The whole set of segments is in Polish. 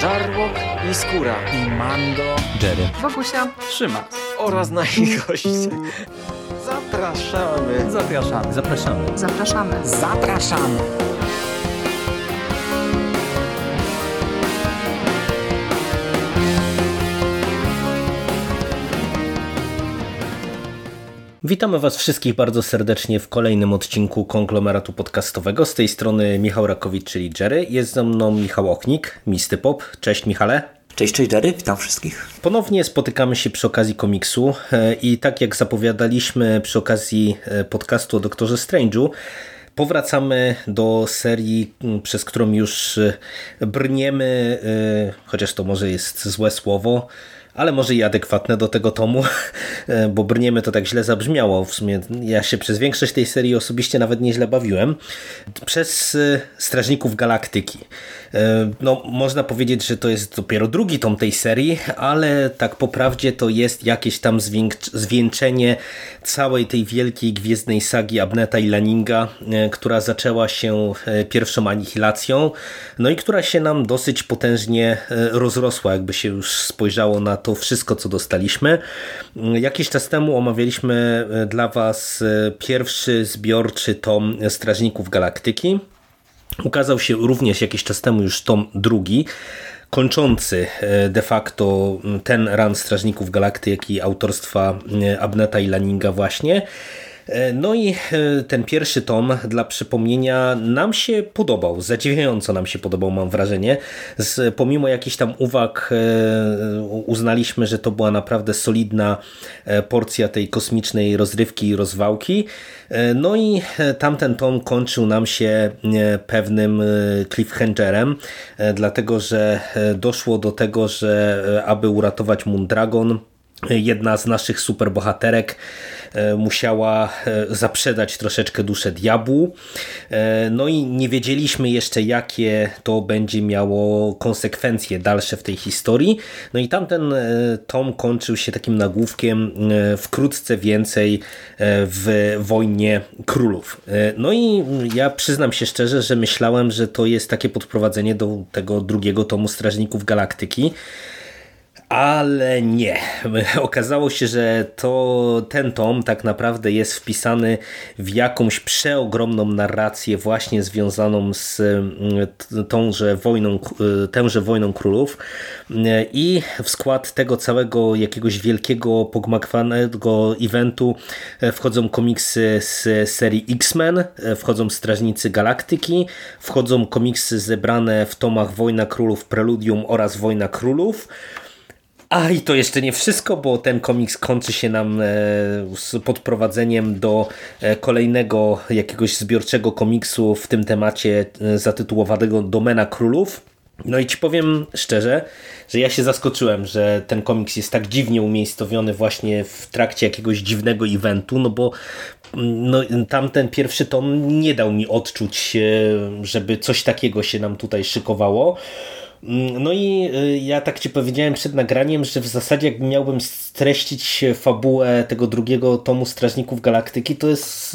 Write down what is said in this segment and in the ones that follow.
Żarłok i Skóra i Mando, Jerry, Wokusia, Szymas oraz nasi goście. Zapraszamy. Zapraszamy. zapraszamy. zapraszamy. Zapraszamy. Witamy Was wszystkich bardzo serdecznie w kolejnym odcinku konglomeratu podcastowego. Z tej strony Michał Rakowicz, czyli Jerry. Jest ze mną Michał Ochnik, Misty Pop. Cześć Michale. Cześć Jerry, witam wszystkich. Ponownie spotykamy się przy okazji komiksu i tak jak zapowiadaliśmy przy okazji podcastu o Doktorze Strange'u, powracamy do serii, przez którą już brniemy, chociaż to może jest złe słowo, ale może i adekwatne do tego tomu, bo brniemy to tak źle zabrzmiało. W sumie ja się przez większość tej serii osobiście nawet nieźle bawiłem. Przez Strażników Galaktyki. No, można powiedzieć, że to jest dopiero drugi tom tej serii, ale tak po prawdzie to jest jakieś tam zwieńczenie całej tej wielkiej gwiezdnej sagi Abneta i Lanninga, która zaczęła się pierwszą Anihilacją, no i która się nam dosyć potężnie rozrosła, jakby się już spojrzało na to wszystko, co dostaliśmy. Jakiś czas temu omawialiśmy dla Was pierwszy zbiorczy tom Strażników Galaktyki. Ukazał się również jakiś czas temu już tom drugi, kończący de facto ten run Strażników Galaktyki autorstwa Abneta i Lanninga właśnie. No i ten pierwszy tom, dla przypomnienia, nam się podobał, zadziwiająco nam się podobał, mam wrażenie. Pomimo jakichś tam uwag uznaliśmy, że to była naprawdę solidna porcja tej kosmicznej rozrywki i rozwałki. No i tamten tom kończył nam się pewnym cliffhangerem, dlatego że doszło do tego, że aby uratować Moondragon, jedna z naszych superbohaterek musiała zaprzedać troszeczkę duszę diabłu. No i nie wiedzieliśmy jeszcze, jakie to będzie miało konsekwencje dalsze w tej historii. No i tamten tom kończył się takim nagłówkiem wkrótce więcej w Wojnie Królów. No i ja przyznam się szczerze, że myślałem, że to jest takie podprowadzenie do tego drugiego tomu Strażników Galaktyki. Ale nie. Okazało się, że ten tom tak naprawdę jest wpisany w jakąś przeogromną narrację właśnie związaną z tęże wojną królów i w skład tego całego jakiegoś wielkiego, pogmatwanego eventu wchodzą komiksy z serii X-Men, wchodzą Strażnicy Galaktyki, wchodzą komiksy zebrane w tomach Wojna Królów, Preludium oraz Wojna Królów. A i to jeszcze nie wszystko, bo ten komiks kończy się nam z podprowadzeniem do kolejnego jakiegoś zbiorczego komiksu w tym temacie zatytułowanego Domena Królów. No i ci powiem szczerze, że ja się zaskoczyłem, że ten komiks jest tak dziwnie umiejscowiony właśnie w trakcie jakiegoś dziwnego eventu, no bo tamten pierwszy tom nie dał mi odczuć, żeby coś takiego się nam tutaj szykowało. No i ja tak Ci powiedziałem przed nagraniem, że w zasadzie jak miałbym streścić fabułę tego drugiego tomu Strażników Galaktyki, to jest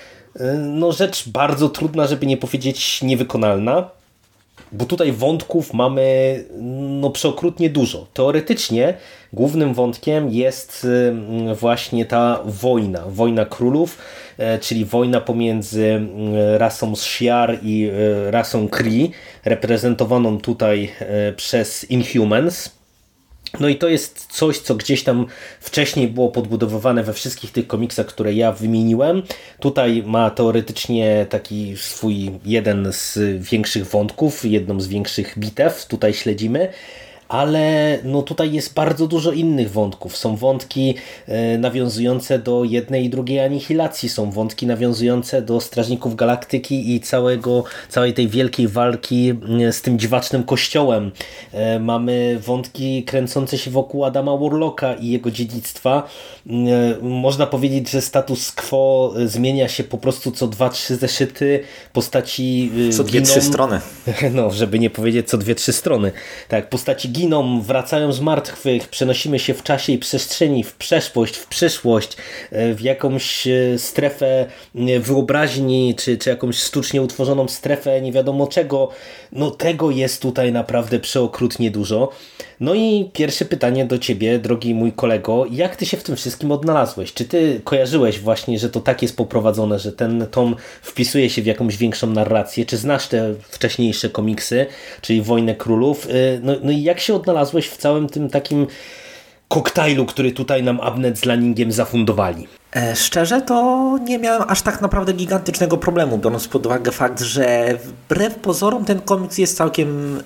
rzecz bardzo trudna, żeby nie powiedzieć niewykonalna, bo tutaj wątków mamy przeokrutnie dużo. Teoretycznie głównym wątkiem jest właśnie ta wojna królów, czyli wojna pomiędzy rasą Shi'ar i rasą Kree, reprezentowaną tutaj przez Inhumans. No i to jest coś, co gdzieś tam wcześniej było podbudowywane we wszystkich tych komiksach, które ja wymieniłem. Tutaj ma teoretycznie taki swój jeden z większych wątków, jedną z większych bitew tutaj śledzimy. Ale tutaj jest bardzo dużo innych wątków. Są wątki nawiązujące do jednej i drugiej Anihilacji, są wątki nawiązujące do Strażników Galaktyki i całej tej wielkiej walki z tym dziwacznym kościołem. Mamy wątki kręcące się wokół Adama Warlocka i jego dziedzictwa. Można powiedzieć, że status quo zmienia się po prostu co 2-3 zeszyty, postaci co 2-3 strony. No, żeby nie powiedzieć co 2-3 strony. Tak, postaci giną, wracają z martwych, przenosimy się w czasie i przestrzeni, w przeszłość, w przyszłość, w jakąś strefę wyobraźni, czy jakąś sztucznie utworzoną strefę nie wiadomo czego. No tego jest tutaj naprawdę przeokrutnie dużo. No i pierwsze pytanie do ciebie, drogi mój kolego, jak ty się w tym wszystkim odnalazłeś? Czy ty kojarzyłeś właśnie, że to tak jest poprowadzone, że ten tom wpisuje się w jakąś większą narrację? Czy znasz te wcześniejsze komiksy, czyli Wojnę Królów? No i jak się odnalazłeś w całym tym takim koktajlu, który tutaj nam Abnett z Lanningiem zafundowali? Szczerze to nie miałem aż tak naprawdę gigantycznego problemu, biorąc pod uwagę fakt, że wbrew pozorom ten komiks jest całkiem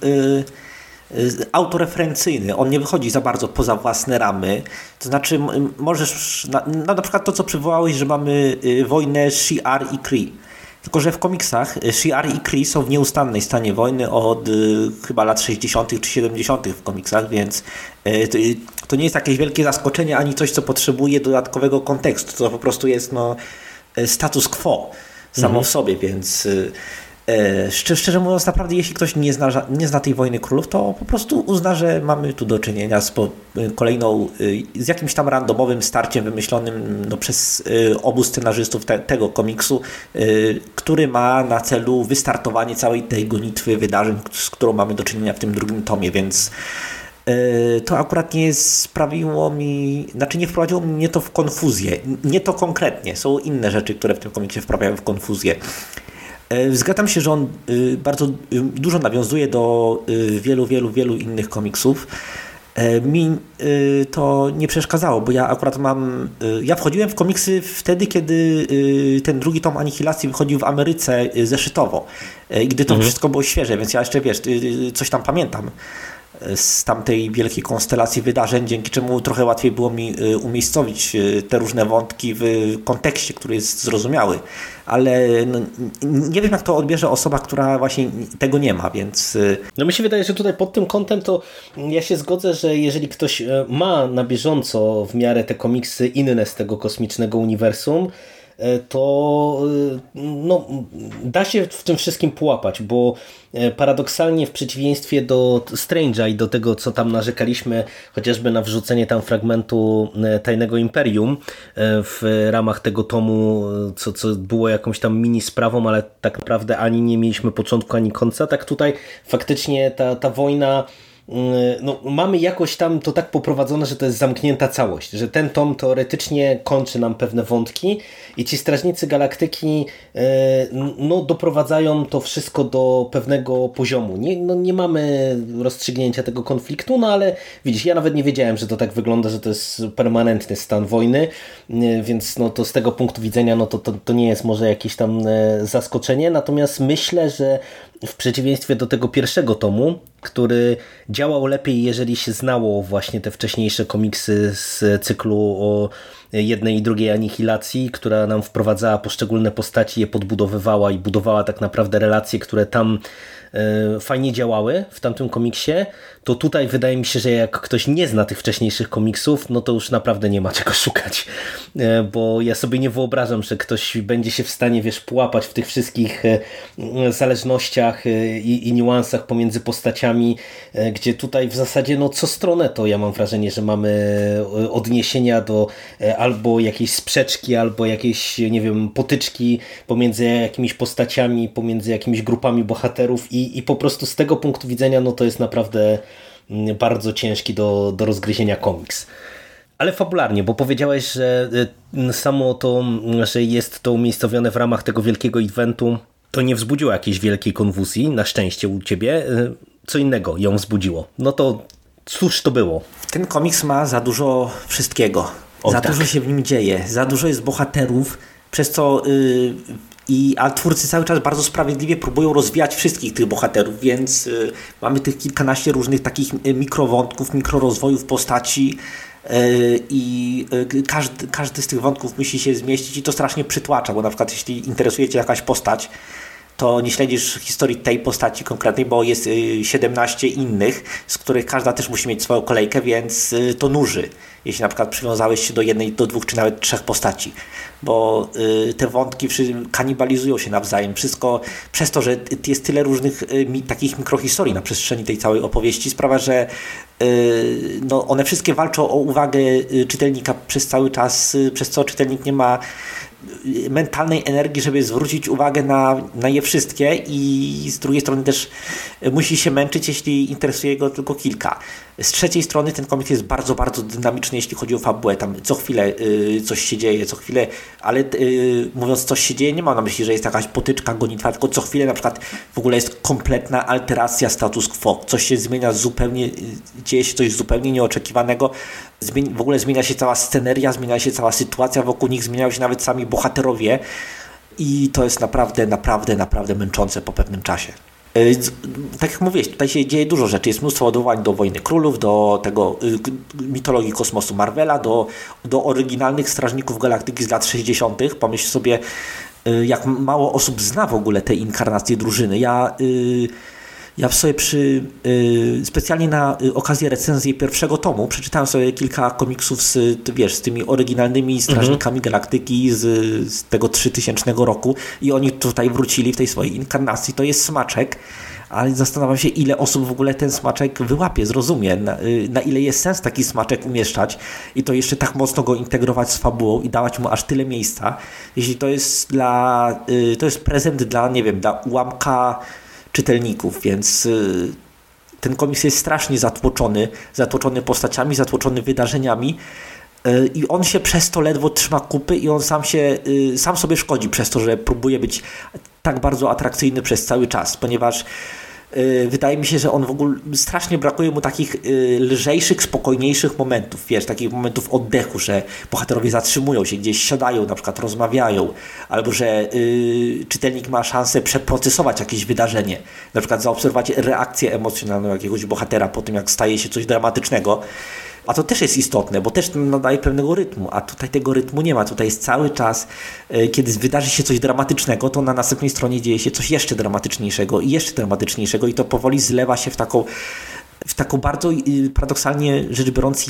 autoreferencyjny. On nie wychodzi za bardzo poza własne ramy. To znaczy możesz, na przykład to, co przywołałeś, że mamy wojnę Shi'ar i Kree. Tylko że w komiksach Shi'ar i Kree są w nieustannej stanie wojny od chyba lat 60. czy 70. w komiksach, więc to nie jest jakieś wielkie zaskoczenie, ani coś, co potrzebuje dodatkowego kontekstu. To po prostu jest status quo samo w sobie, więc szczerze mówiąc, naprawdę jeśli ktoś nie zna tej Wojny Królów, to po prostu uzna, że mamy tu do czynienia z jakimś tam randomowym starciem wymyślonym przez obu scenarzystów tego komiksu, który ma na celu wystartowanie całej tej gonitwy wydarzeń, z którą mamy do czynienia w tym drugim tomie, więc to akurat nie sprawiło mi, nie wprowadziło mnie to w konfuzję. Nie to konkretnie, są inne rzeczy, które w tym komiksie wprawiają w konfuzję. Zgadzam się, że on bardzo dużo nawiązuje do wielu innych komiksów. Mi to nie przeszkadzało, bo ja akurat ja wchodziłem w komiksy wtedy, kiedy ten drugi tom Anihilacji wychodził w Ameryce zeszytowo. I gdy to wszystko było świeże, więc ja jeszcze, coś tam pamiętam z tamtej wielkiej konstelacji wydarzeń, dzięki czemu trochę łatwiej było mi umiejscowić te różne wątki w kontekście, który jest zrozumiały. Ale nie wiem, jak to odbierze osoba, która właśnie tego nie ma, więc... No mi się wydaje, że tutaj pod tym kątem to ja się zgodzę, że jeżeli ktoś ma na bieżąco w miarę te komiksy inne z tego kosmicznego uniwersum, to da się w tym wszystkim połapać, bo paradoksalnie w przeciwieństwie do Strange'a i do tego, co tam narzekaliśmy, chociażby na wrzucenie tam fragmentu Tajnego Imperium w ramach tego tomu, co było jakąś tam mini sprawą, ale tak naprawdę ani nie mieliśmy początku, ani końca, tak tutaj faktycznie ta wojna, mamy jakoś tam to tak poprowadzone, że to jest zamknięta całość, że ten tom teoretycznie kończy nam pewne wątki i ci Strażnicy Galaktyki doprowadzają to wszystko do pewnego poziomu. Nie mamy rozstrzygnięcia tego konfliktu, ale widzisz, ja nawet nie wiedziałem, że to tak wygląda, że to jest permanentny stan wojny, więc to z tego punktu widzenia to nie jest może jakieś tam zaskoczenie, natomiast myślę, że w przeciwieństwie do tego pierwszego tomu, który działał lepiej, jeżeli się znało właśnie te wcześniejsze komiksy z cyklu o jednej i drugiej anihilacji, która nam wprowadzała poszczególne postaci, je podbudowywała i budowała tak naprawdę relacje, które tam fajnie działały w tamtym komiksie, to tutaj wydaje mi się, że jak ktoś nie zna tych wcześniejszych komiksów, to już naprawdę nie ma czego szukać, bo ja sobie nie wyobrażam, że ktoś będzie się w stanie, połapać w tych wszystkich zależnościach i niuansach pomiędzy postaciami, gdzie tutaj w zasadzie co stronę to ja mam wrażenie, że mamy odniesienia do albo jakiejś sprzeczki, albo jakieś, nie wiem, potyczki pomiędzy jakimiś postaciami, pomiędzy jakimiś grupami bohaterów i po prostu z tego punktu widzenia to jest naprawdę bardzo ciężki do rozgryzienia komiks. Ale fabularnie, bo powiedziałeś, że samo to, że jest to umiejscowione w ramach tego wielkiego eventu, to nie wzbudziło jakiejś wielkiej konwuzji, na szczęście u ciebie. Co innego ją wzbudziło. To cóż to było? Ten komiks ma za dużo wszystkiego. Dużo się w nim dzieje, za dużo jest bohaterów, przez co a twórcy cały czas bardzo sprawiedliwie próbują rozwijać wszystkich tych bohaterów, więc mamy tych kilkanaście różnych takich mikrowątków, mikrorozwojów postaci i każdy z tych wątków musi się zmieścić i to strasznie przytłacza, bo na przykład jeśli interesuje cię jakaś postać, to nie śledzisz historii tej postaci konkretnej, bo jest 17 innych, z których każda też musi mieć swoją kolejkę, więc to nuży, jeśli na przykład przywiązałeś się do jednej, do dwóch czy nawet trzech postaci, bo te wątki kanibalizują się nawzajem. Wszystko przez to, że jest tyle różnych takich mikrohistorii na przestrzeni tej całej opowieści, sprawia, że no one wszystkie walczą o uwagę czytelnika przez cały czas, przez co czytelnik nie ma mentalnej energii, żeby zwrócić uwagę na je wszystkie i z drugiej strony też musi się męczyć, jeśli interesuje go tylko kilka. Z trzeciej strony ten komiks jest bardzo, bardzo dynamiczny, jeśli chodzi o fabułę. Tam co chwilę coś się dzieje, co chwilę, ale mówiąc coś się dzieje, nie mam na myśli, że jest jakaś potyczka, gonitwa, tylko co chwilę na przykład w ogóle jest kompletna alteracja status quo. Coś się zmienia zupełnie, dzieje się coś zupełnie nieoczekiwanego. W ogóle zmienia się cała sceneria, zmienia się cała sytuacja wokół nich, zmieniają się nawet sami bohaterowie i to jest naprawdę, naprawdę, naprawdę męczące po pewnym czasie. Tak jak mówiłeś, tutaj się dzieje dużo rzeczy. Jest mnóstwo odwołań do Wojny Królów, do tego mitologii kosmosu Marvela, do oryginalnych Strażników Galaktyki z lat 60. Pomyśl sobie, jak mało osób zna w ogóle te inkarnacje drużyny. Ja sobie specjalnie na okazję recenzji pierwszego tomu przeczytałem sobie kilka komiksów z tymi oryginalnymi Strażnikami Galaktyki z tego 3000 roku i oni tutaj wrócili w tej swojej inkarnacji. To jest smaczek, ale zastanawiam się, ile osób w ogóle ten smaczek wyłapie, zrozumie, na ile jest sens taki smaczek umieszczać i to jeszcze tak mocno go integrować z fabułą i dawać mu aż tyle miejsca, jeśli to jest to jest prezent dla, nie wiem, dla ułamka czytelników, więc ten komiks jest strasznie zatłoczony postaciami, zatłoczony wydarzeniami i on się przez to ledwo trzyma kupy i on sam sobie szkodzi przez to, że próbuje być tak bardzo atrakcyjny przez cały czas, ponieważ wydaje mi się, że on w ogóle strasznie brakuje mu takich lżejszych, spokojniejszych momentów, takich momentów oddechu, że bohaterowie zatrzymują się, gdzieś siadają, na przykład rozmawiają, albo że czytelnik ma szansę przeprocesować jakieś wydarzenie, na przykład zaobserwować reakcję emocjonalną jakiegoś bohatera po tym, jak staje się coś dramatycznego. A to też jest istotne, bo też nadaje pewnego rytmu, a tutaj tego rytmu nie ma. Tutaj jest cały czas, kiedy wydarzy się coś dramatycznego, to na następnej stronie dzieje się coś jeszcze dramatyczniejszego i to powoli zlewa się w taką bardzo paradoksalnie rzecz biorąc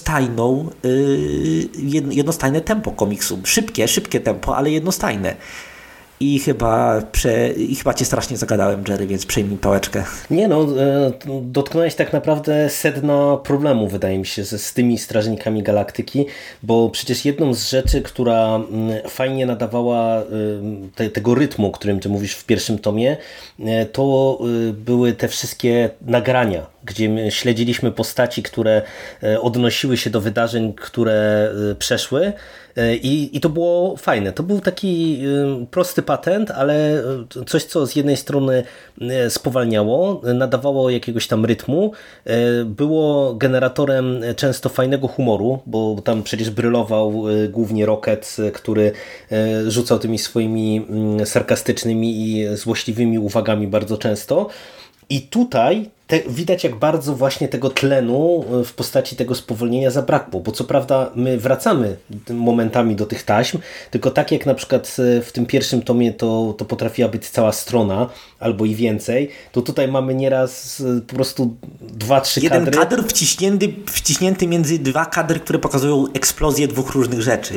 jednostajne tempo komiksu. Szybkie tempo, ale jednostajne. I chyba cię strasznie zagadałem, Jerry, więc przejmij pałeczkę. Nie no, dotknąłeś tak naprawdę sedna problemu, wydaje mi się, z tymi Strażnikami Galaktyki, bo przecież jedną z rzeczy, która fajnie nadawała tego rytmu, o którym ty mówisz w pierwszym tomie, to były te wszystkie nagrania, gdzie śledziliśmy postaci, które odnosiły się do wydarzeń, które przeszły i to było fajne. To był taki prosty patent, ale coś, co z jednej strony spowalniało, nadawało jakiegoś tam rytmu, było generatorem często fajnego humoru, bo tam przecież brylował głównie Rocket, który rzucał tymi swoimi sarkastycznymi i złośliwymi uwagami bardzo często. I tutaj widać, jak bardzo właśnie tego tlenu w postaci tego spowolnienia zabrakło, bo co prawda my wracamy momentami do tych taśm, tylko tak jak na przykład w tym pierwszym tomie to potrafiła być cała strona, albo i więcej, to tutaj mamy nieraz po prostu 2-3 kadry. Jeden kadr wciśnięty między dwa kadry, które pokazują eksplozję dwóch różnych rzeczy.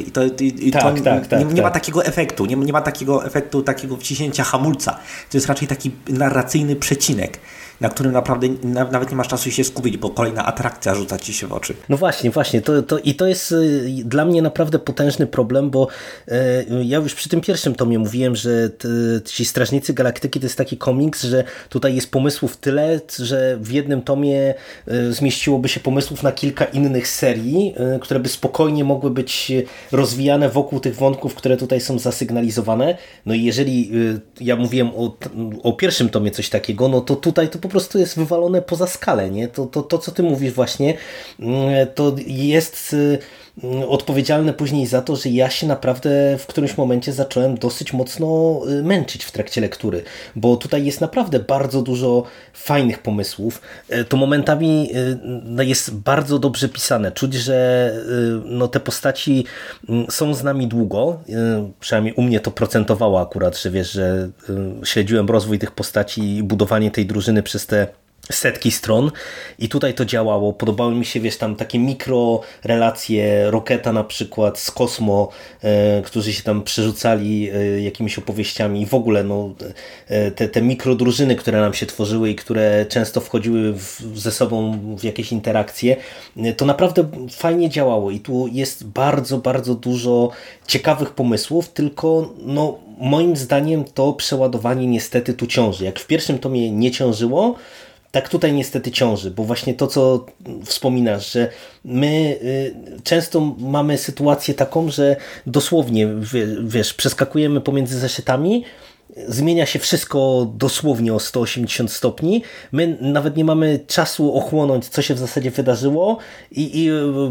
Nie ma takiego efektu, nie ma takiego efektu takiego wciśnięcia hamulca. To jest raczej taki narracyjny przecinek, na którym naprawdę nawet nie masz czasu się skupić, bo kolejna atrakcja rzuca ci się w oczy. No właśnie. To jest dla mnie naprawdę potężny problem, bo ja już przy tym pierwszym tomie mówiłem, że ci Strażnicy Galaktyki to jest taki komiks, że tutaj jest pomysłów tyle, że w jednym tomie zmieściłoby się pomysłów na kilka innych serii, które by spokojnie mogły być rozwijane wokół tych wątków, które tutaj są zasygnalizowane. No i jeżeli ja mówiłem o pierwszym tomie coś takiego, no to tutaj to po prostu jest wywalone poza skalę, nie? To co ty mówisz właśnie, to jest odpowiedzialne później za to, że ja się naprawdę w którymś momencie zacząłem dosyć mocno męczyć w trakcie lektury, bo tutaj jest naprawdę bardzo dużo fajnych pomysłów. To momentami jest bardzo dobrze pisane. Czuć, że no, te postaci są z nami długo, przynajmniej u mnie to procentowało akurat, że wiesz, że śledziłem rozwój tych postaci i budowanie tej drużyny przez te setki stron i tutaj to działało. Podobały mi się, wiesz, tam takie mikro relacje Rocketa na przykład z Cosmo, którzy się tam przerzucali jakimiś opowieściami i w ogóle no, te mikrodrużyny, które nam się tworzyły i które często wchodziły ze sobą w jakieś interakcje, to naprawdę fajnie działało i tu jest bardzo, bardzo dużo ciekawych pomysłów, tylko no moim zdaniem to przeładowanie niestety tu ciąży. Jak w pierwszym tomie nie ciążyło, tak tutaj niestety ciąży, bo właśnie to, co wspominasz, że my często mamy sytuację taką, że dosłownie, wiesz, przeskakujemy pomiędzy zeszytami, zmienia się wszystko dosłownie o 180 stopni. My nawet nie mamy czasu ochłonąć, co się w zasadzie wydarzyło i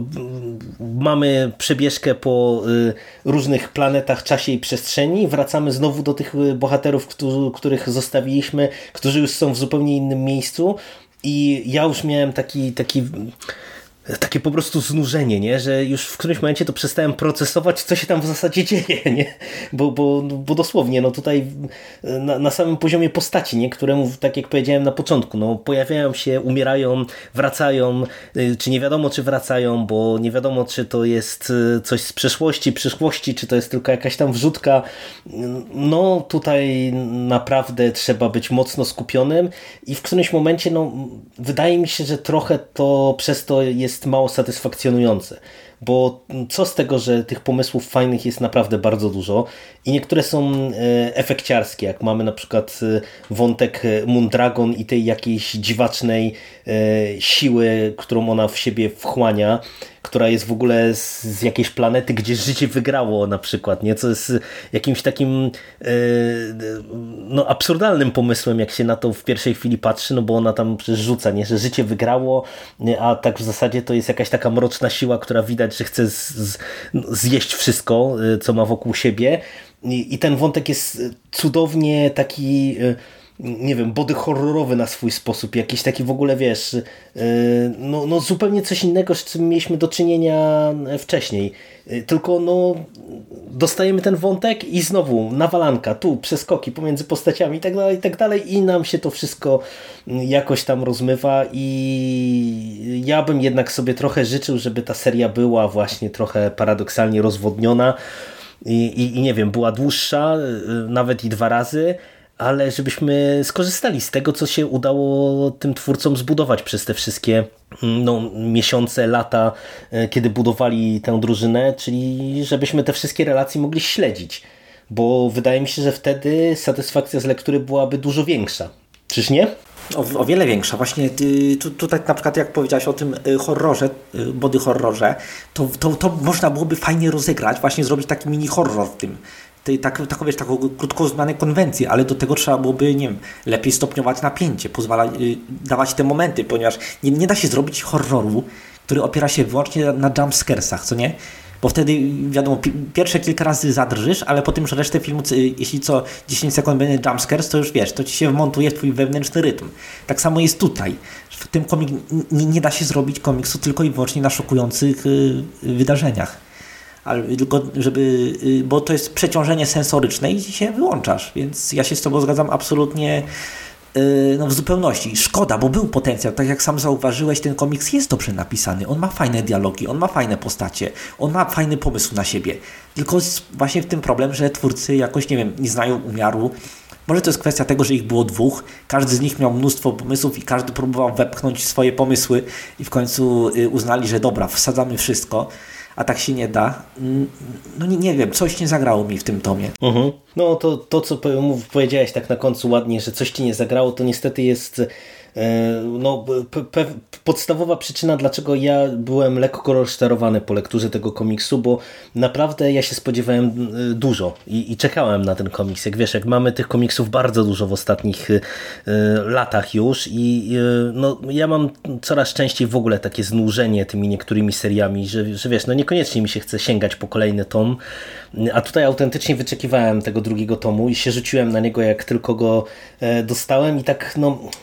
mamy przebieżkę po różnych planetach, czasie i przestrzeni. Wracamy znowu do tych bohaterów, których zostawiliśmy, którzy już są w zupełnie innym miejscu i ja już miałem takie po prostu znużenie, nie? Że już w którymś momencie to przestałem procesować, co się tam w zasadzie dzieje, nie? Bo dosłownie, no tutaj na samym poziomie postaci, nie? Któremu, tak jak powiedziałem na początku, no pojawiają się, umierają, wracają, czy nie wiadomo, czy wracają, bo nie wiadomo, czy to jest coś z przeszłości, przyszłości, czy to jest tylko jakaś tam wrzutka. No tutaj naprawdę trzeba być mocno skupionym i w którymś momencie, no wydaje mi się, że trochę to przez to jest mało satysfakcjonujące, bo co z tego, że tych pomysłów fajnych jest naprawdę bardzo dużo i niektóre są efekciarskie, jak mamy na przykład wątek Moondragon i tej jakiejś dziwacznej siły, którą ona w siebie wchłania, która jest w ogóle z jakiejś planety, gdzie życie wygrało na przykład, nie? Co jest jakimś takim no, absurdalnym pomysłem, jak się na to w pierwszej chwili patrzy, no bo ona tam przecież rzuca, nie? Że życie wygrało, a tak w zasadzie to jest jakaś taka mroczna siła, która widać, że chce zjeść wszystko, co ma wokół siebie i ten wątek jest cudownie taki, nie wiem, body horrorowy na swój sposób, jakiś taki w ogóle, wiesz, no zupełnie coś innego, z czym mieliśmy do czynienia wcześniej. Tylko no dostajemy ten wątek i znowu nawalanka, tu przeskoki pomiędzy postaciami i tak dalej i nam się to wszystko jakoś tam rozmywa i ja bym jednak sobie trochę życzył, żeby ta seria była właśnie trochę paradoksalnie rozwodniona i nie wiem, była dłuższa, nawet i 2 razy, ale żebyśmy skorzystali z tego, co się udało tym twórcom zbudować przez te wszystkie miesiące, lata, kiedy budowali tę drużynę, czyli żebyśmy te wszystkie relacje mogli śledzić, bo wydaje mi się, że wtedy satysfakcja z lektury byłaby dużo większa. Czyż nie? O wiele większa. Właśnie tutaj na przykład jak powiedziałeś o tym horrorze, body horrorze, to można byłoby fajnie rozegrać, właśnie zrobić taki mini horror w tym. Taką krótko znaną konwencję, ale do tego trzeba byłoby, nie wiem, lepiej stopniować napięcie, dawać te momenty, ponieważ nie da się zrobić horroru, który opiera się wyłącznie na jumpscaresach, co nie? Bo wtedy, wiadomo, pierwsze kilka razy zadrżysz, ale po tym, że resztę filmu, jeśli co 10 sekund będzie jumpscares, to już wiesz, to ci się wmontuje w twój wewnętrzny rytm. Tak samo jest tutaj. W tym nie da się zrobić komiksu tylko i wyłącznie na szokujących wydarzeniach. Ale tylko bo to jest przeciążenie sensoryczne i się wyłączasz, więc ja się z tobą zgadzam absolutnie w zupełności. Szkoda, bo był potencjał, tak jak sam zauważyłeś, ten komiks jest dobrze napisany, on ma fajne dialogi, on ma fajne postacie, on ma fajny pomysł na siebie, tylko jest właśnie w tym problem, że twórcy jakoś, nie wiem, nie znają umiaru. Może to jest kwestia tego, że ich było 2, każdy z nich miał mnóstwo pomysłów i każdy próbował wepchnąć swoje pomysły i w końcu uznali, że dobra, wsadzamy wszystko. A tak się nie da. No nie wiem, coś nie zagrało mi w tym tomie. No to co powiedziałeś tak na końcu ładnie, że coś ci nie zagrało, to niestety jest podstawowa przyczyna, dlaczego ja byłem lekko rozczarowany po lekturze tego komiksu, bo naprawdę ja się spodziewałem dużo i czekałem na ten komiks. Jak wiesz, jak mamy tych komiksów bardzo dużo w ostatnich latach już i no, ja mam coraz częściej w ogóle takie znużenie tymi niektórymi seriami, że wiesz, no niekoniecznie mi się chce sięgać po kolejny tom, a tutaj autentycznie wyczekiwałem tego drugiego tomu i się rzuciłem na niego, jak tylko go dostałem i tak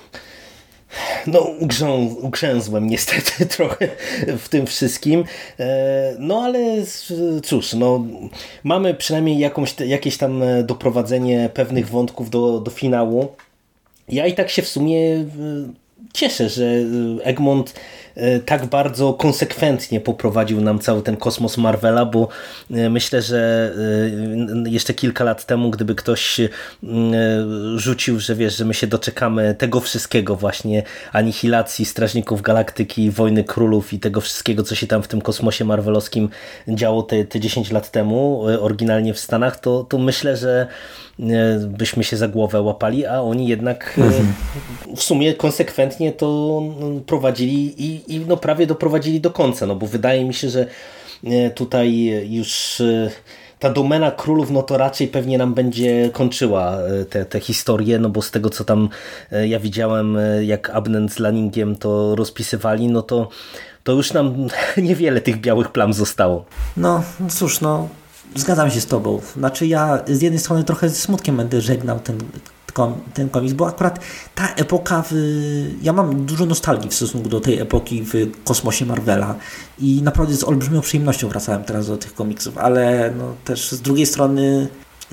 no ugrzęzłem niestety trochę w tym wszystkim, no ale cóż, no mamy przynajmniej jakieś tam doprowadzenie pewnych wątków do finału. Ja i tak się w sumie cieszę, że Egmont tak bardzo konsekwentnie poprowadził nam cały ten kosmos Marvela, bo myślę, że jeszcze kilka lat temu, gdyby ktoś rzucił, że wiesz, że my się doczekamy tego wszystkiego właśnie, anihilacji Strażników Galaktyki, Wojny Królów i tego wszystkiego, co się tam w tym kosmosie marvelowskim działo te 10 lat temu, oryginalnie w Stanach, to myślę, że byśmy się za głowę łapali, a oni jednak w sumie konsekwentnie to prowadzili i no prawie doprowadzili do końca, no bo wydaje mi się, że tutaj już ta domena królów, no to raczej pewnie nam będzie kończyła te historie, no bo z tego, co tam ja widziałem, jak Abnett z Lanningiem to rozpisywali, no to już nam niewiele tych białych plam zostało. No cóż, no zgadzam się z tobą. Znaczy ja z jednej strony trochę ze smutkiem będę żegnał ten komiks, bo akurat ta epoka, ja mam dużo nostalgii w stosunku do tej epoki w kosmosie Marvela i naprawdę z olbrzymią przyjemnością wracałem teraz do tych komiksów, ale no też z drugiej strony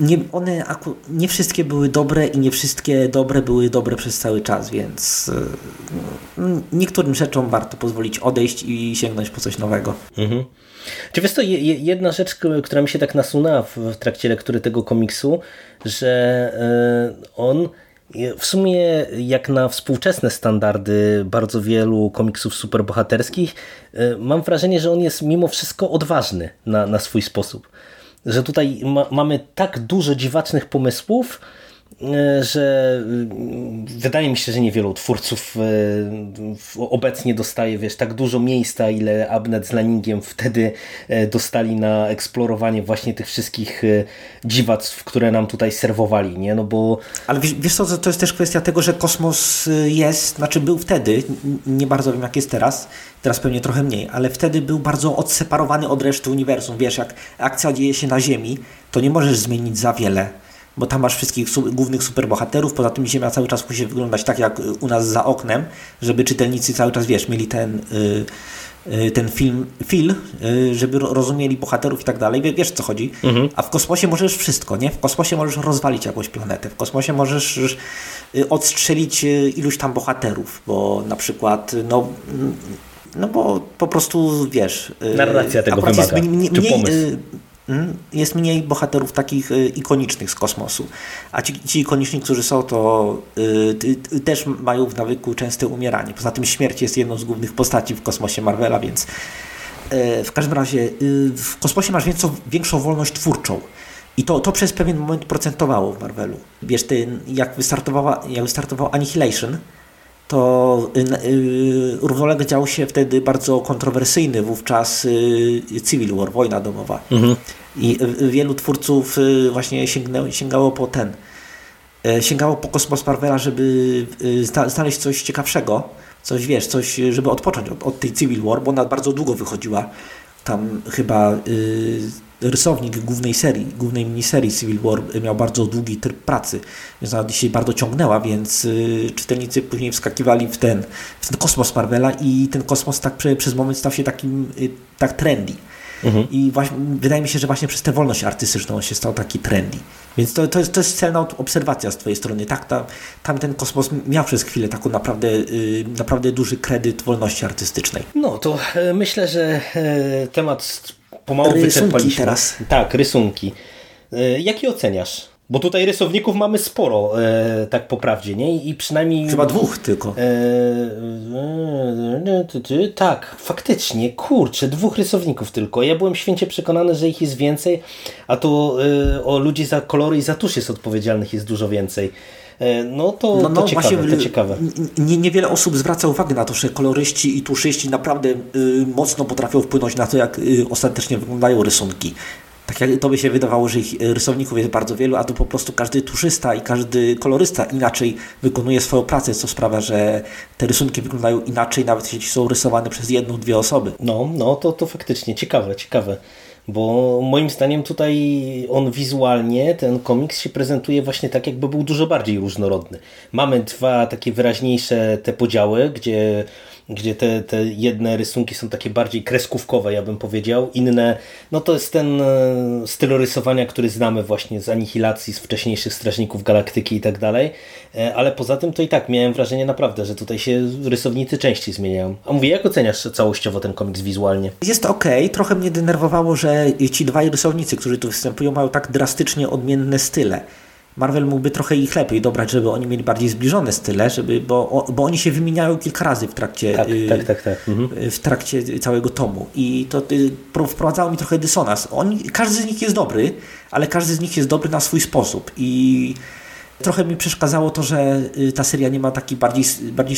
nie wszystkie były dobre i nie wszystkie dobre były dobre przez cały czas, więc niektórym rzeczom warto pozwolić odejść i sięgnąć po coś nowego. Mhm. Czy wiesz to, jedna rzecz, która mi się tak nasunęła w trakcie lektury tego komiksu, że on w sumie jak na współczesne standardy bardzo wielu komiksów superbohaterskich, mam wrażenie, że on jest mimo wszystko odważny na swój sposób. Że tutaj mamy tak dużo dziwacznych pomysłów, że wydaje mi się, że niewielu twórców obecnie dostaje, wiesz, tak dużo miejsca, ile Abnett z Lanningiem wtedy dostali na eksplorowanie właśnie tych wszystkich dziwactw, które nam tutaj serwowali, nie? No bo... Ale wiesz co, to jest też kwestia tego, że kosmos był wtedy, nie bardzo wiem jak jest teraz pewnie trochę mniej, ale wtedy był bardzo odseparowany od reszty uniwersum. Wiesz, jak akcja dzieje się na Ziemi, to nie możesz zmienić za wiele, bo tam masz wszystkich głównych superbohaterów, poza tym Ziemia cały czas musi wyglądać tak jak u nas za oknem, żeby czytelnicy cały czas, wiesz, mieli ten feel, żeby rozumieli bohaterów i tak dalej, wiesz co chodzi, a w kosmosie możesz wszystko, nie? W kosmosie możesz rozwalić jakąś planetę, w kosmosie możesz odstrzelić iluś tam bohaterów, bo na przykład, no bo po prostu, wiesz... Narracja tego wymaga, czy pomysł. Jest mniej bohaterów takich ikonicznych z kosmosu. A ci ikoniczni, którzy są, to też mają w nawyku częste umieranie. Poza tym śmierć jest jedną z głównych postaci w kosmosie Marvela, więc w każdym razie w kosmosie masz większą wolność twórczą. I to przez pewien moment procentowało w Marvelu. Wiesz, jak wystartował Annihilation, to równolegle działo się wtedy bardzo kontrowersyjny wówczas Civil War, wojna domowa. I wielu twórców właśnie sięgało po kosmos Marvela, żeby znaleźć coś ciekawszego, coś, żeby odpocząć od tej Civil War, bo ona bardzo długo wychodziła. Tam chyba rysownik głównej miniserii Civil War miał bardzo długi tryb pracy, więc ona się bardzo ciągnęła, więc czytelnicy później wskakiwali w ten kosmos Marvela i ten kosmos tak przez moment stał się takim tak trendy. I właśnie, wydaje mi się, że właśnie przez tę wolność artystyczną on się stał taki trendy. Więc to jest celna obserwacja z twojej strony. Tak, tam ten kosmos miał przez chwilę taką naprawdę duży kredyt wolności artystycznej. No to myślę, że temat pomału wyczerpaliśmy. Teraz. Tak, rysunki. Jaki oceniasz? Bo tutaj rysowników mamy sporo, tak po prawdzie, nie? I przynajmniej... Chyba 2 tylko. Tak, faktycznie, kurczę, 2 rysowników tylko. Ja byłem święcie przekonany, że ich jest więcej, a to o ludzi za kolory i za tusz jest odpowiedzialnych jest dużo więcej. No to ciekawe, właśnie, to ciekawe. Niewiele osób zwraca uwagę na to, że koloryści i tuszyści naprawdę mocno potrafią wpłynąć na to, jak ostatecznie wyglądają rysunki. Tak jak to by się wydawało, że ich rysowników jest bardzo wielu, a tu po prostu każdy tuszysta i każdy kolorysta inaczej wykonuje swoją pracę, co sprawia, że te rysunki wyglądają inaczej, nawet jeśli są rysowane przez 1-2 osoby. No to faktycznie ciekawe. Bo moim zdaniem tutaj on wizualnie, ten komiks się prezentuje właśnie tak, jakby był dużo bardziej różnorodny. Mamy dwa takie wyraźniejsze te podziały, gdzie te jedne rysunki są takie bardziej kreskówkowe, ja bym powiedział. Inne, no to jest ten styl rysowania, który znamy właśnie z Anihilacji, z wcześniejszych Strażników Galaktyki i tak dalej. Ale poza tym to i tak miałem wrażenie naprawdę, że tutaj się rysownicy częściej zmieniają. A mówię, jak oceniasz całościowo ten komiks wizualnie? Jest okej. Trochę mnie denerwowało, że ci dwaj rysownicy, którzy tu występują, mają tak drastycznie odmienne style. Marvel mógłby trochę ich lepiej dobrać, żeby oni mieli bardziej zbliżone style, bo oni się wymieniają kilka razy w trakcie, Tak. w trakcie całego tomu. I to wprowadzało mi trochę dysonans. Każdy z nich jest dobry, ale każdy z nich jest dobry na swój sposób. I trochę mi przeszkadzało to, że ta seria nie ma takiej bardziej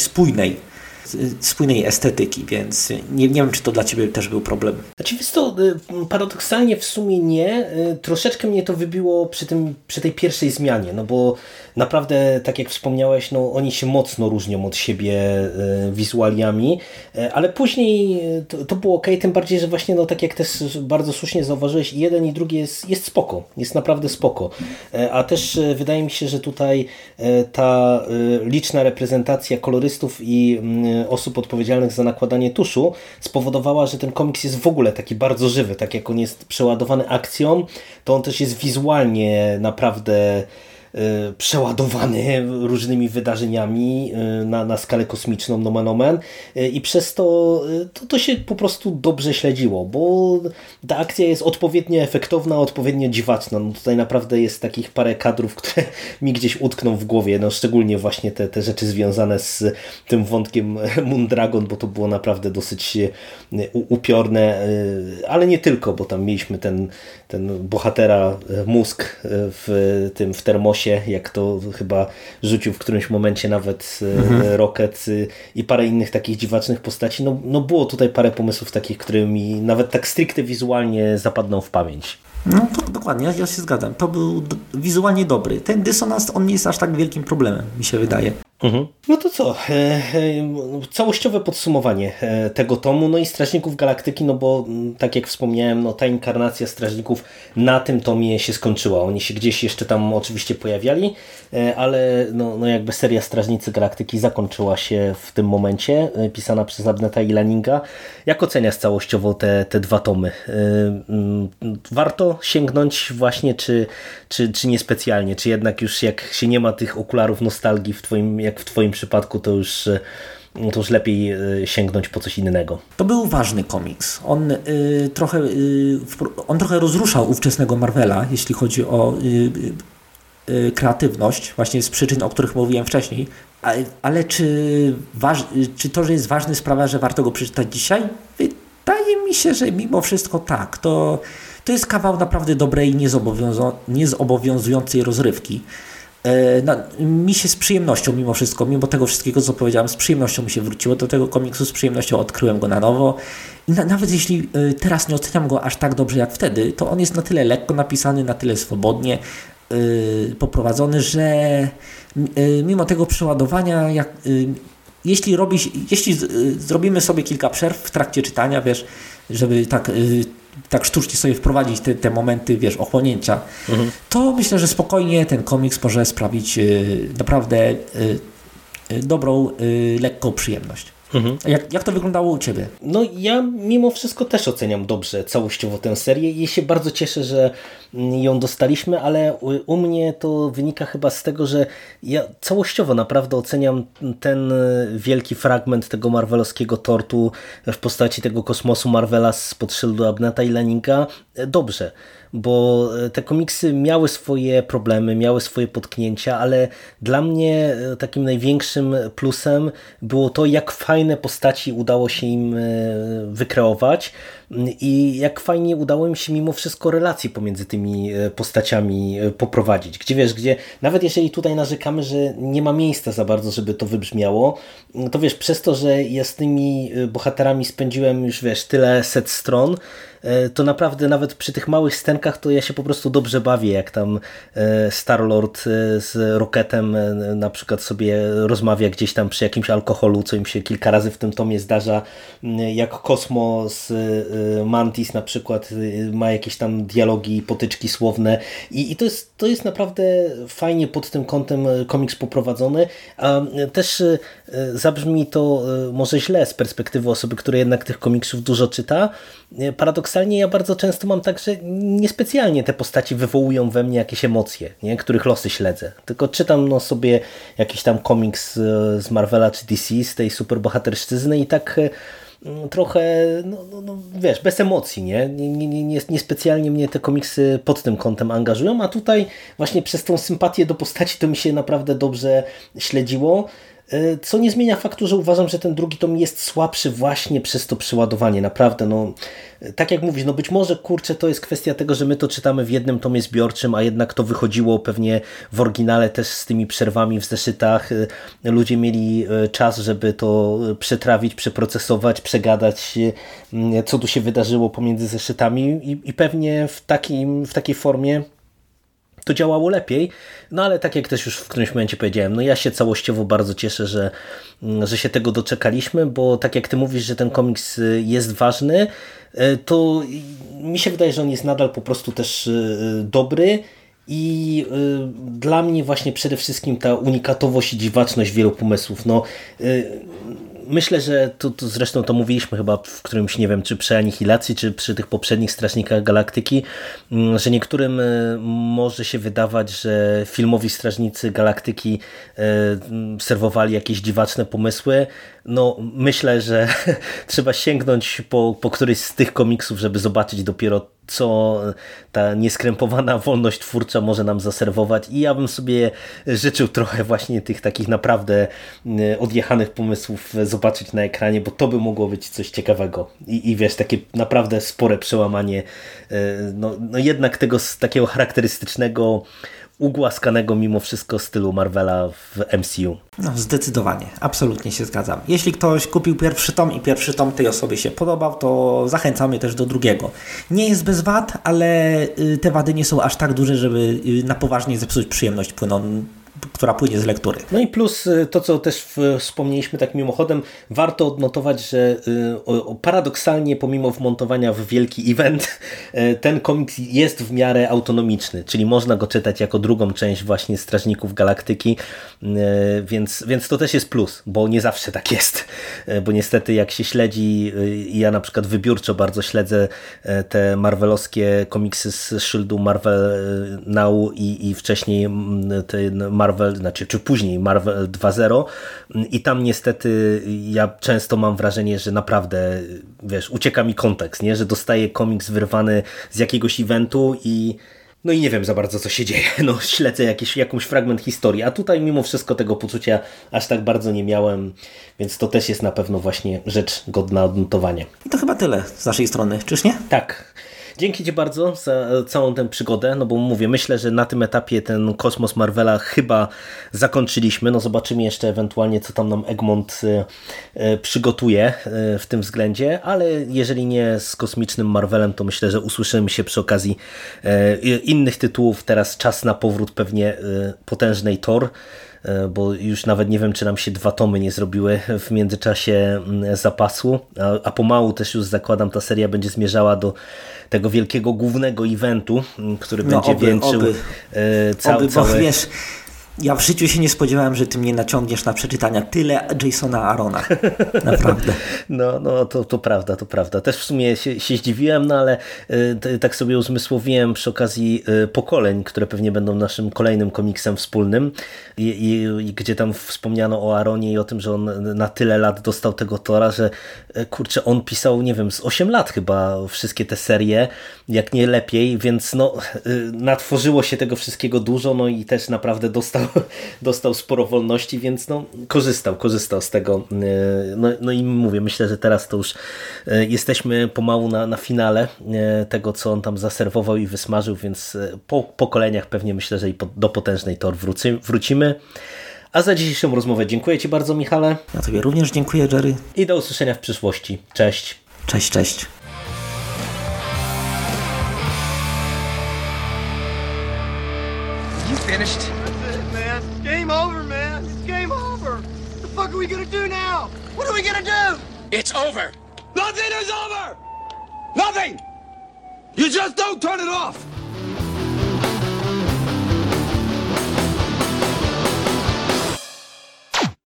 spójnej estetyki, więc nie wiem, czy to dla Ciebie też był problem. Znaczy, wiesz co, paradoksalnie w sumie nie. Troszeczkę mnie to wybiło przy tej pierwszej zmianie, no bo naprawdę, tak jak wspomniałeś, no oni się mocno różnią od siebie wizualiami, ale później to było okej, tym bardziej, że właśnie, no tak jak też bardzo słusznie zauważyłeś, jeden i drugi jest spoko, jest naprawdę spoko. A też wydaje mi się, że tutaj ta liczna reprezentacja kolorystów i osób odpowiedzialnych za nakładanie tuszu spowodowała, że ten komiks jest w ogóle taki bardzo żywy, tak jak on jest przeładowany akcją, to on też jest wizualnie naprawdę przeładowany różnymi wydarzeniami na skalę kosmiczną, nomen omen, i przez to się po prostu dobrze śledziło, bo ta akcja jest odpowiednio efektowna, odpowiednio dziwaczna. No tutaj naprawdę jest takich parę kadrów, które mi gdzieś utkną w głowie, no szczególnie właśnie te rzeczy związane z tym wątkiem Moondragon, bo to było naprawdę dosyć upiorne, ale nie tylko, bo tam mieliśmy ten bohatera mózg w termosie, jak to chyba rzucił w którymś momencie nawet Rocket i parę innych takich dziwacznych postaci. No było tutaj parę pomysłów takich, które mi nawet tak stricte wizualnie zapadną w pamięć. No to dokładnie, ja się zgadzam. To był wizualnie dobry. Ten dysonans, on nie jest aż tak wielkim problemem, mi się wydaje. No to co? Całościowe podsumowanie tego tomu, no i Strażników Galaktyki, no bo tak jak wspomniałem, no ta inkarnacja Strażników na tym tomie się skończyła. Oni się gdzieś jeszcze tam oczywiście pojawiali, ale no jakby seria Strażnicy Galaktyki zakończyła się w tym momencie, pisana przez Abneta i Lanninga. Jak oceniasz całościowo te dwa tomy? Warto sięgnąć właśnie, czy niespecjalnie? Czy jednak już jak się nie ma tych okularów nostalgii jak w Twoim przypadku, to już lepiej sięgnąć po coś innego? To był ważny komiks. On trochę rozruszał ówczesnego Marvela, jeśli chodzi o kreatywność, właśnie z przyczyn, o których mówiłem wcześniej. Ale czy to, że jest ważny, sprawia, że warto go przeczytać dzisiaj? Wydaje mi się, że mimo wszystko tak. To jest kawał naprawdę dobrej, niezobowiązującej rozrywki. Mi się z przyjemnością mimo wszystko, mimo tego wszystkiego, co powiedziałem, z przyjemnością mi się wróciło do tego komiksu, z przyjemnością odkryłem go na nowo. I nawet jeśli teraz nie oceniam go aż tak dobrze jak wtedy, to on jest na tyle lekko napisany, na tyle swobodnie poprowadzony, że mimo tego przeładowania, jeśli zrobimy sobie kilka przerw w trakcie czytania, wiesz, żeby tak sztucznie sobie wprowadzić te momenty, wiesz, ochłonięcia, to myślę, że spokojnie ten komiks może sprawić naprawdę dobrą, lekką przyjemność. Jak to wyglądało u Ciebie? No ja mimo wszystko też oceniam dobrze całościowo tę serię i się bardzo cieszę, że ją dostaliśmy, ale u mnie to wynika chyba z tego, że ja całościowo naprawdę oceniam ten wielki fragment tego marvelowskiego tortu w postaci tego kosmosu Marvela spod szyldu Abneta i Lanninga dobrze, bo te komiksy miały swoje problemy, miały swoje potknięcia, ale dla mnie takim największym plusem było to, jak fajne postaci udało się im wykreować i jak fajnie udało im się mimo wszystko relacje pomiędzy tymi postaciami poprowadzić. Gdzie wiesz, gdzie nawet jeżeli tutaj narzekamy, że nie ma miejsca za bardzo, żeby to wybrzmiało, to wiesz, przez to, że ja z tymi bohaterami spędziłem już wiesz, tyle set stron, to naprawdę nawet przy tych małych scenkach to ja się po prostu dobrze bawię, jak tam Star-Lord z Rocketem na przykład sobie rozmawia gdzieś tam przy jakimś alkoholu, co im się kilka razy w tym tomie zdarza, jak Cosmo z Mantis na przykład ma jakieś tam dialogi, potyczki słowne i to jest naprawdę fajnie pod tym kątem komiks poprowadzony, a też zabrzmi to może źle z perspektywy osoby, która jednak tych komiksów dużo czyta. Paradoksalnie ja bardzo często mam tak, że niespecjalnie te postaci wywołują we mnie jakieś emocje, nie? Których losy śledzę. Tylko czytam sobie jakiś tam komiks z Marvela czy DC, z tej superbohaterszczyzny i tak trochę, wiesz, bez emocji, nie? Niespecjalnie mnie te komiksy pod tym kątem angażują, a tutaj właśnie przez tą sympatię do postaci to mi się naprawdę dobrze śledziło. Co nie zmienia faktu, że uważam, że ten drugi tom jest słabszy właśnie przez to przeładowanie. Naprawdę, tak jak mówisz, być może, kurczę, to jest kwestia tego, że my to czytamy w jednym tomie zbiorczym, a jednak to wychodziło pewnie w oryginale też z tymi przerwami w zeszytach. Ludzie mieli czas, żeby to przetrawić, przeprocesować, przegadać, co tu się wydarzyło pomiędzy zeszytami i pewnie w takiej formie to działało lepiej, ale tak jak też już w którymś momencie powiedziałem, ja się całościowo bardzo cieszę, że się tego doczekaliśmy, bo tak jak ty mówisz, że ten komiks jest ważny, to mi się wydaje, że on jest nadal po prostu też dobry i dla mnie właśnie przede wszystkim ta unikatowość i dziwaczność wielu pomysłów. Myślę, że to zresztą to mówiliśmy chyba w którymś, nie wiem, czy przy Anihilacji, czy przy tych poprzednich Strażnikach Galaktyki, że niektórym może się wydawać, że filmowi Strażnicy Galaktyki serwowali jakieś dziwaczne pomysły. Myślę, że trzeba sięgnąć po któryś z tych komiksów, żeby zobaczyć dopiero, co ta nieskrępowana wolność twórcza może nam zaserwować i ja bym sobie życzył trochę właśnie tych takich naprawdę odjechanych pomysłów zobaczyć na ekranie, bo to by mogło być coś ciekawego i wiesz, takie naprawdę spore przełamanie jednak tego takiego charakterystycznego, ugłaskanego mimo wszystko stylu Marvela w MCU. Zdecydowanie, absolutnie się zgadzam. Jeśli ktoś kupił pierwszy tom i pierwszy tom tej osobie się podobał, to zachęcamy też do drugiego. Nie jest bez wad, ale te wady nie są aż tak duże, żeby na poważnie zepsuć przyjemność która płynie z lektury. I plus to, co też wspomnieliśmy tak mimochodem, warto odnotować, że paradoksalnie pomimo wmontowania w wielki event, ten komiks jest w miarę autonomiczny, czyli można go czytać jako drugą część właśnie Strażników Galaktyki, więc to też jest plus, bo nie zawsze tak jest, bo niestety jak się śledzi, ja na przykład wybiórczo bardzo śledzę te marvelowskie komiksy z Shieldu, Marvel Now i wcześniej te Marvel, czy później Marvel 2.0 i tam niestety ja często mam wrażenie, że naprawdę, wiesz, ucieka mi kontekst, nie? Że dostaję komiks wyrwany z jakiegoś eventu i nie wiem za bardzo, co się dzieje. Śledzę jakąś fragment historii, a tutaj mimo wszystko tego poczucia aż tak bardzo nie miałem, więc to też jest na pewno właśnie rzecz godna odnotowania. I to chyba tyle z naszej strony, czyż nie? Tak. Dzięki Ci bardzo za całą tę przygodę, bo mówię, myślę, że na tym etapie ten kosmos Marvela chyba zakończyliśmy. Zobaczymy jeszcze ewentualnie, co tam nam Egmont przygotuje w tym względzie, ale jeżeli nie z kosmicznym Marvelem, to myślę, że usłyszymy się przy okazji innych tytułów. Teraz czas na powrót pewnie potężnej Thor, bo już nawet nie wiem, czy nam się 2 tomy nie zrobiły w międzyczasie zapasu, a pomału też już zakładam, ta seria będzie zmierzała do tego wielkiego głównego eventu, który będzie wieńczył całe... Wiesz, Ja w życiu się nie spodziewałem, że ty mnie naciągniesz na przeczytania tyle Jasona Aarona. Naprawdę. No to prawda, to prawda. Też w sumie się zdziwiłem, no ale tak sobie uzmysłowiłem przy okazji pokoleń, które pewnie będą naszym kolejnym komiksem wspólnym i gdzie tam wspomniano o Aaronie i o tym, że on na tyle lat dostał tego Tora, że kurczę, on pisał, nie wiem, z 8 lat chyba wszystkie te serie, jak nie lepiej, więc no natworzyło się tego wszystkiego dużo, no i też naprawdę dostał sporo wolności, więc no korzystał z tego. No i mówię, myślę, że teraz to już jesteśmy pomału na finale tego, co on tam zaserwował i wysmażył, więc po pokoleniach pewnie myślę, że i do potężnej Thor wrócimy. A za dzisiejszą rozmowę dziękuję Ci bardzo, Michale. Ja Tobie również dziękuję, Jerry. I do usłyszenia w przyszłości. Cześć. Cześć, cześć. You finished? That's it, man. Game over, man. It's game over. What the fuck are we gonna do now? What are we gonna do? It's over. Nothing is over. Nothing. You just don't turn it off.